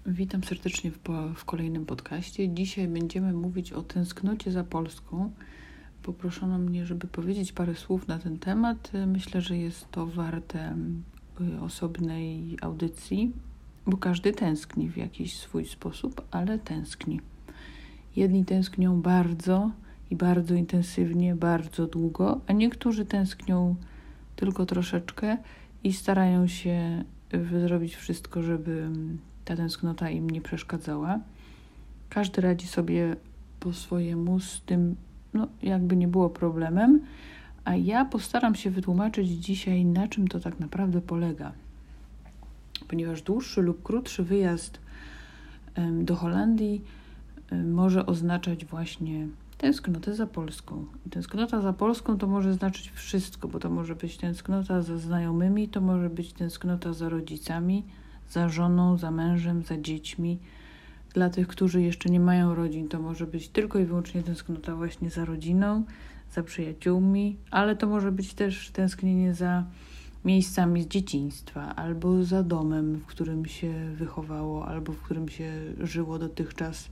Witam serdecznie w kolejnym podcaście. Dzisiaj będziemy mówić o tęsknocie za Polską. Poproszono mnie, żeby powiedzieć parę słów na ten temat. Myślę, że jest to warte osobnej audycji, bo każdy tęskni w jakiś swój sposób, ale tęskni. Jedni tęsknią bardzo i bardzo intensywnie, bardzo długo, a niektórzy tęsknią tylko troszeczkę i starają się zrobić wszystko, żeby ta tęsknota im nie przeszkadzała. Każdy radzi sobie po swojemu z tym, jakby nie było problemem, a ja postaram się wytłumaczyć dzisiaj, na czym to tak naprawdę polega. Ponieważ dłuższy lub krótszy wyjazd do Holandii może oznaczać właśnie tęsknotę za Polską. I tęsknota za Polską to może znaczyć wszystko, bo to może być tęsknota za znajomymi, to może być tęsknota za rodzicami, za żoną, za mężem, za dziećmi. Dla tych, którzy jeszcze nie mają rodzin, to może być tylko i wyłącznie tęsknota właśnie za rodziną, za przyjaciółmi, ale to może być też tęsknienie za miejscami z dzieciństwa, albo za domem, w którym się wychowało, albo w którym się żyło dotychczas,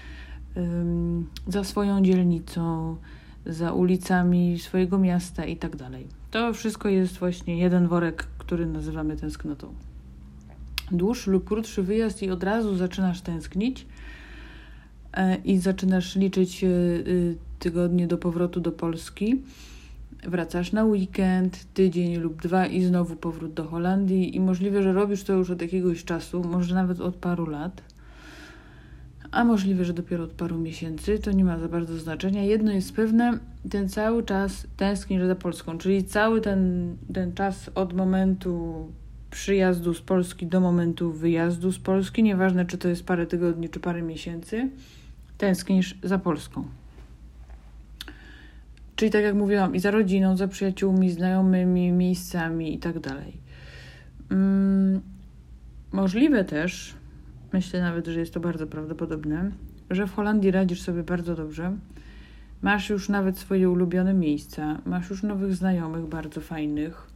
za swoją dzielnicą, za ulicami swojego miasta i tak dalej. To wszystko jest właśnie jeden worek, który nazywamy tęsknotą. Dłuższy lub krótszy wyjazd i od razu zaczynasz tęsknić i zaczynasz liczyć tygodnie do powrotu do Polski. Wracasz na weekend, tydzień lub dwa i znowu powrót do Holandii i możliwe, że robisz to już od jakiegoś czasu, może nawet od paru lat, a możliwe, że dopiero od paru miesięcy, to nie ma za bardzo znaczenia. Jedno jest pewne, ten cały czas tęsknisz za Polską, czyli cały ten czas od momentu przyjazdu z Polski do momentu wyjazdu z Polski, nieważne czy to jest parę tygodni, czy parę miesięcy, tęsknisz za Polską. Czyli tak jak mówiłam, i za rodziną, za przyjaciółmi, znajomymi, miejscami i tak dalej. Możliwe też, myślę nawet, że jest to bardzo prawdopodobne, że w Holandii radzisz sobie bardzo dobrze. Masz już nawet swoje ulubione miejsca, masz już nowych znajomych bardzo fajnych.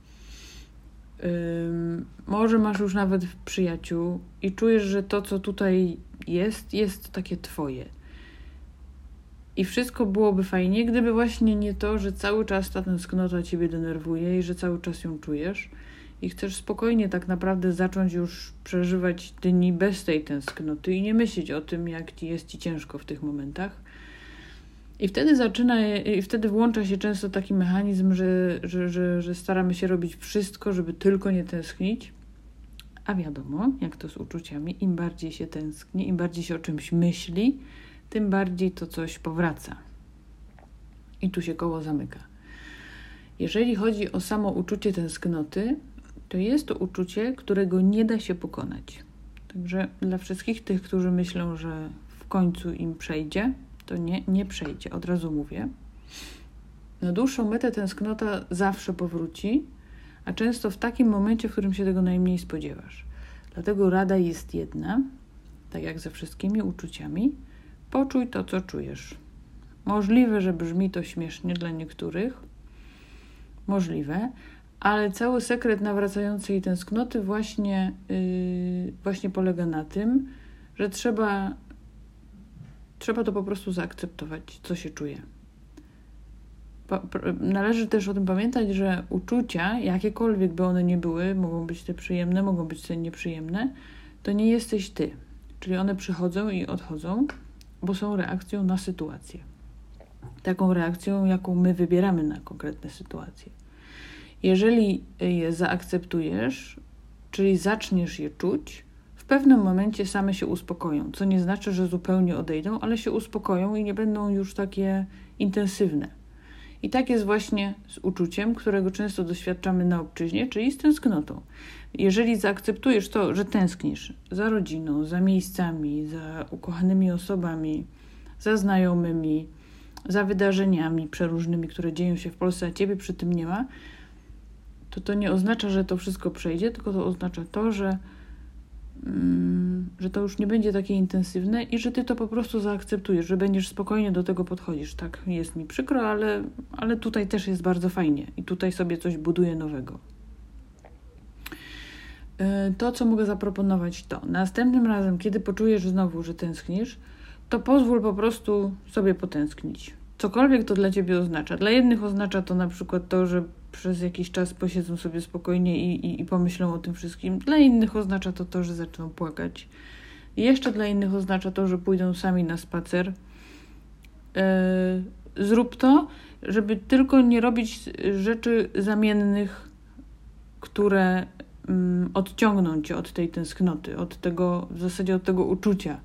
Może masz już nawet przyjaciół i czujesz, że to, co tutaj jest takie twoje. I wszystko byłoby fajnie, gdyby właśnie nie to, że cały czas ta tęsknota ciebie denerwuje i że cały czas ją czujesz i chcesz spokojnie tak naprawdę zacząć już przeżywać dni bez tej tęsknoty i nie myśleć o tym, jak jest ci ciężko w tych momentach. I wtedy włącza się często taki mechanizm, że staramy się robić wszystko, żeby tylko nie tęsknić. A wiadomo, jak to z uczuciami, im bardziej się tęskni, im bardziej się o czymś myśli, tym bardziej to coś powraca. I tu się koło zamyka. Jeżeli chodzi o samo uczucie tęsknoty, to jest to uczucie, którego nie da się pokonać. Także dla wszystkich tych, którzy myślą, że w końcu im przejdzie, to nie przejdzie, od razu mówię. Na dłuższą metę tęsknota zawsze powróci, a często w takim momencie, w którym się tego najmniej spodziewasz. Dlatego rada jest jedna, tak jak ze wszystkimi uczuciami, poczuj to, co czujesz. Możliwe, że brzmi to śmiesznie dla niektórych, możliwe, ale cały sekret nawracającej tęsknoty właśnie polega na tym, że trzeba to po prostu zaakceptować, co się czuje. Należy też o tym pamiętać, że uczucia, jakiekolwiek by one nie były, mogą być te przyjemne, mogą być te nieprzyjemne, to nie jesteś ty. Czyli one przychodzą i odchodzą, bo są reakcją na sytuację. Taką reakcją, jaką my wybieramy na konkretne sytuacje. Jeżeli je zaakceptujesz, czyli zaczniesz je czuć, w pewnym momencie same się uspokoją, co nie znaczy, że zupełnie odejdą, ale się uspokoją i nie będą już takie intensywne. I tak jest właśnie z uczuciem, którego często doświadczamy na obczyźnie, czyli z tęsknotą. Jeżeli zaakceptujesz to, że tęsknisz za rodziną, za miejscami, za ukochanymi osobami, za znajomymi, za wydarzeniami przeróżnymi, które dzieją się w Polsce, a ciebie przy tym nie ma, to nie oznacza, że to wszystko przejdzie, tylko to oznacza to, że to już nie będzie takie intensywne i że ty to po prostu zaakceptujesz, że będziesz spokojnie do tego podchodzisz. Tak, jest mi przykro, ale tutaj też jest bardzo fajnie i tutaj sobie coś buduję nowego. to, co mogę zaproponować, to następnym razem, kiedy poczujesz znowu, że tęsknisz, to pozwól po prostu sobie potęsknić. Cokolwiek to dla ciebie oznacza. Dla jednych oznacza to na przykład to, że przez jakiś czas posiedzą sobie spokojnie i pomyślą o tym wszystkim. Dla innych oznacza to, że zaczną płakać. Jeszcze dla innych oznacza to, że pójdą sami na spacer. Zrób to, żeby tylko nie robić rzeczy zamiennych, które odciągną cię od tej tęsknoty, od tego, w zasadzie od tego uczucia.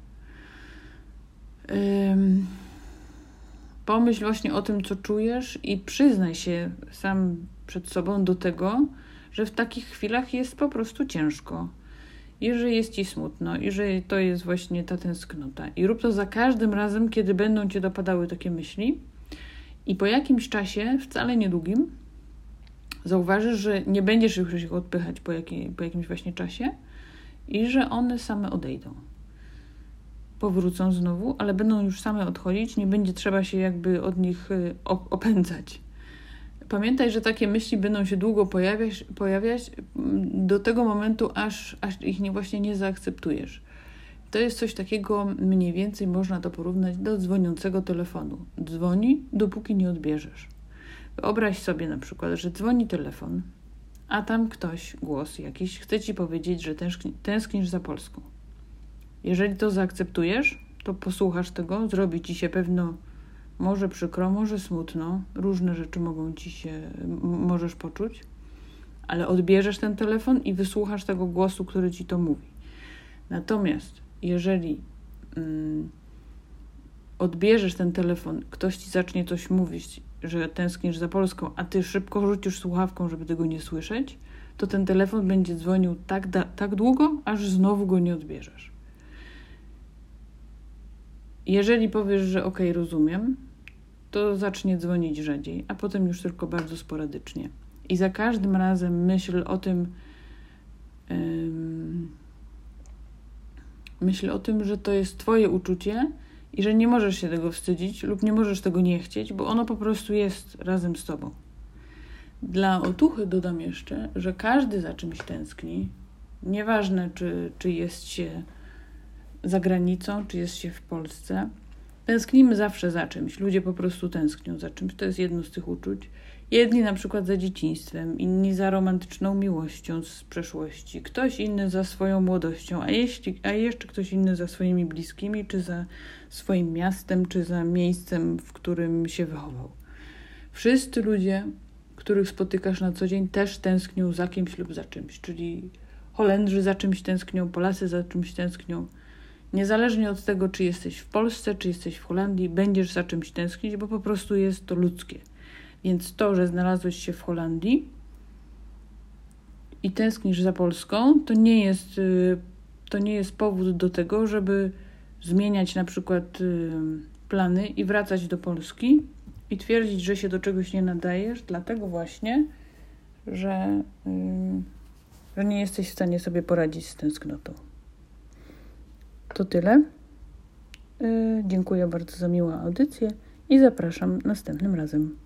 Pomyśl właśnie o tym, co czujesz i przyznaj się sam przed sobą do tego, że w takich chwilach jest po prostu ciężko i że jest ci smutno i że to jest właśnie ta tęsknota. I rób to za każdym razem, kiedy będą cię dopadały takie myśli i po jakimś czasie, wcale niedługim, zauważysz, że nie będziesz już ich odpychać po jakimś właśnie czasie i że one same odejdą. Powrócą znowu, ale będą już same odchodzić, nie będzie trzeba się jakby od nich opędzać. Pamiętaj, że takie myśli będą się długo pojawiać do tego momentu, aż ich właśnie nie zaakceptujesz. To jest coś takiego, mniej więcej można to porównać do dzwoniącego telefonu. Dzwoni, dopóki nie odbierzesz. Wyobraź sobie na przykład, że dzwoni telefon, a tam ktoś, głos jakiś, chce ci powiedzieć, że tęsknisz za Polską. Jeżeli to zaakceptujesz, to posłuchasz tego, zrobi ci się pewno może przykro, może smutno, różne rzeczy możesz poczuć, ale odbierzesz ten telefon i wysłuchasz tego głosu, który ci to mówi. Natomiast jeżeli odbierzesz ten telefon, ktoś ci zacznie coś mówić, że tęsknisz za Polską, a ty szybko rzucisz słuchawką, żeby tego nie słyszeć, to ten telefon będzie dzwonił tak długo, aż znowu go nie odbierzesz. Jeżeli powiesz, że okej, rozumiem, to zacznie dzwonić rzadziej, a potem już tylko bardzo sporadycznie. I za każdym razem myśl o tym, że to jest twoje uczucie i że nie możesz się tego wstydzić lub nie możesz tego nie chcieć, bo ono po prostu jest razem z tobą. Dla otuchy dodam jeszcze, że każdy za czymś tęskni. Nieważne, czy jest się za granicą, czy jest się w Polsce. Tęsknimy zawsze za czymś. Ludzie po prostu tęsknią za czymś. To jest jedno z tych uczuć. Jedni na przykład za dzieciństwem, inni za romantyczną miłością z przeszłości, ktoś inny za swoją młodością, a jeszcze ktoś inny za swoimi bliskimi, czy za swoim miastem, czy za miejscem, w którym się wychował. Wszyscy ludzie, których spotykasz na co dzień, też tęsknią za kimś lub za czymś. Czyli Holendrzy za czymś tęsknią, Polacy za czymś tęsknią. Niezależnie od tego, czy jesteś w Polsce, czy jesteś w Holandii, będziesz za czymś tęsknić, bo po prostu jest to ludzkie. Więc to, że znalazłeś się w Holandii i tęsknisz za Polską, to nie jest powód do tego, żeby zmieniać na przykład plany i wracać do Polski i twierdzić, że się do czegoś nie nadajesz, dlatego właśnie, że nie jesteś w stanie sobie poradzić z tęsknotą. To tyle. Dziękuję bardzo za miłą audycję i zapraszam następnym razem.